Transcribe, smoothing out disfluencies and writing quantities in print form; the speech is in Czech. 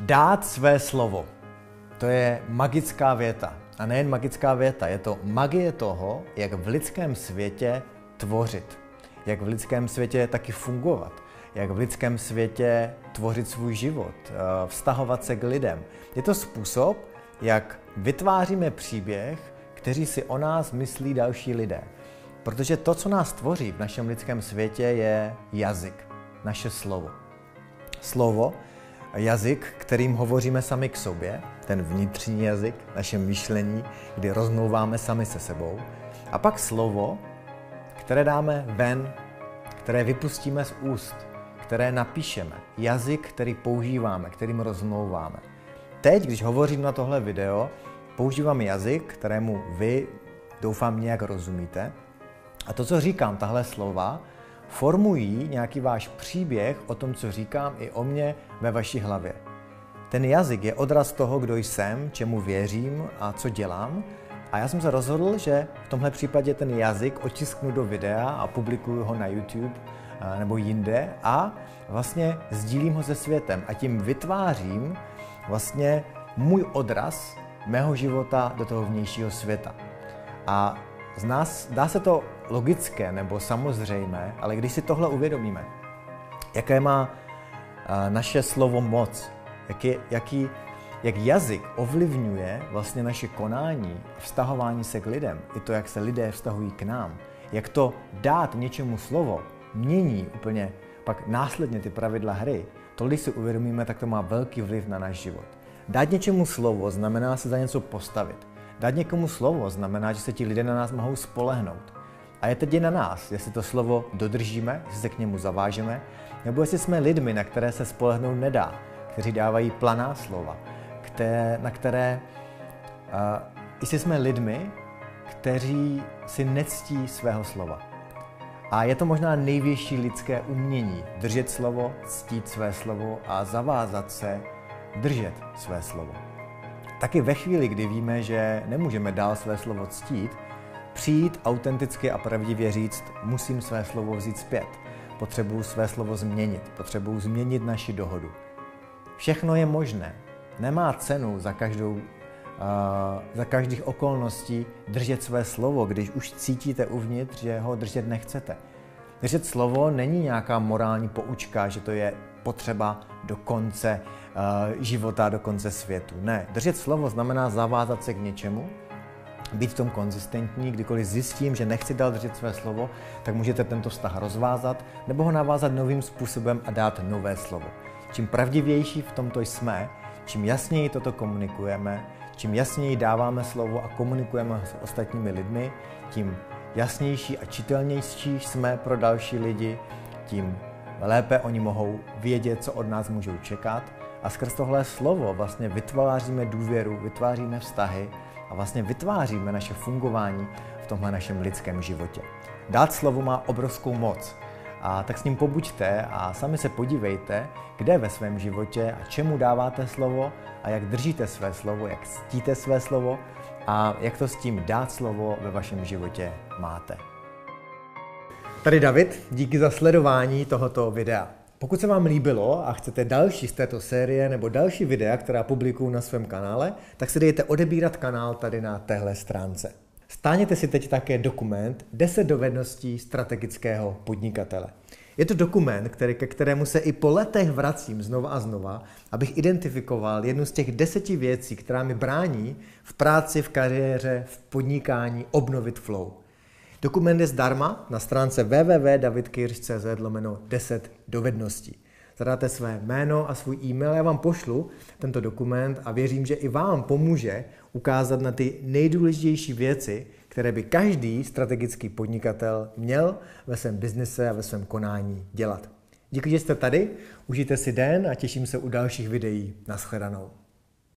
Dát své slovo. To je magická věta. A nejen magická věta, je to magie toho, jak v lidském světě tvořit. Jak v lidském světě taky fungovat. Jak v lidském světě tvořit svůj život, vztahovat se k lidem. Je to způsob, jak vytváříme příběh, který si o nás myslí další lidé. Protože to, co nás tvoří v našem lidském světě, je jazyk, naše slovo. Slovo, jazyk, kterým hovoříme sami k sobě, ten vnitřní jazyk, naše myšlení, kdy rozmlouváme sami se sebou. A pak slovo, které dáme ven, které vypustíme z úst, které napíšeme. Jazyk, který používáme, kterým rozmlouváme. Teď, když hovořím na tohle video, používám jazyk, kterému vy, doufám, nějak rozumíte. A to, co říkám, tahle slova, formují nějaký váš příběh o tom, co říkám, i o mně ve vaší hlavě. Ten jazyk je odraz toho, kdo jsem, čemu věřím a co dělám. A já jsem se rozhodl, že v tomhle případě ten jazyk otisknu do videa a publikuju ho na YouTube nebo jinde a vlastně sdílím ho se světem a tím vytvářím vlastně můj odraz mého života do toho vnějšího světa. A z nás dá se to logické nebo samozřejmé, ale když si tohle uvědomíme, jaké má naše slovo moc, jak jazyk ovlivňuje vlastně naše konání, vztahování se k lidem, i to, jak se lidé vztahují k nám, jak to dát něčemu slovo mění úplně pak následně ty pravidla hry, to, když si uvědomíme, tak to má velký vliv na náš život. Dát něčemu slovo znamená se za něco postavit. Dát někomu slovo znamená, že se ti lidé na nás mohou spolehnout. A je teď na nás, jestli to slovo dodržíme, jestli se k němu zavážeme, nebo jestli jsme lidmi, na které se spolehnout nedá, kteří dávají planá slova, jestli jsme lidmi, kteří si nectí svého slova. A je to možná nejvyšší lidské umění, držet slovo, ctít své slovo a zavázat se držet své slovo. Taky ve chvíli, kdy víme, že nemůžeme dál své slovo ctít, přijít autenticky a pravdivě říct, musím své slovo vzít zpět, potřebuju své slovo změnit, potřebuju změnit naši dohodu. Všechno je možné. Nemá cenu za každých okolností držet své slovo, když už cítíte uvnitř, že ho držet nechcete. Držet slovo není nějaká morální poučka, že to je potřeba do konce života, do konce světu. Ne, držet slovo znamená zavázat se k něčemu, být v tom konzistentní, kdykoliv zjistím, že nechci dál držet své slovo, tak můžete tento vztah rozvázat nebo ho navázat novým způsobem a dát nové slovo. Čím pravdivější v tomto jsme, čím jasněji toto komunikujeme, čím jasněji dáváme slovo a komunikujeme s ostatními lidmi, tím jasnější a čitelnější jsme pro další lidi, tím lépe oni mohou vědět, co od nás můžou čekat. A skrz tohle slovo vlastně vytváříme důvěru, vytváříme vztahy a vlastně vytváříme naše fungování v tomhle našem lidském životě. Dát slovo má obrovskou moc. A tak s ním pobuďte a sami se podívejte, kde ve svém životě a čemu dáváte slovo a jak držíte své slovo, jak ctíte své slovo a jak to s tím dát slovo ve vašem životě máte. Tady David, díky za sledování tohoto videa. Pokud se vám líbilo a chcete další z této série nebo další videa, která publikuju na svém kanále, tak si dejte odebírat kanál tady na téhle stránce. Stáhněte si teď také dokument 10 dovedností strategického podnikatele. Je to dokument, ke kterému se i po letech vracím znova a znova, abych identifikoval jednu z těch 10 věcí, která mi brání v práci, v kariéře, v podnikání obnovit flow. Dokument je zdarma na stránce www.davidkirsch.cz/10 dovedností. Zadáte své jméno a svůj e-mail, já vám pošlu tento dokument a věřím, že i vám pomůže ukázat na ty nejdůležitější věci, které by každý strategický podnikatel měl ve svém biznise a ve svém konání dělat. Díky, že jste tady, užijte si den a těším se u dalších videí. Nashledanou.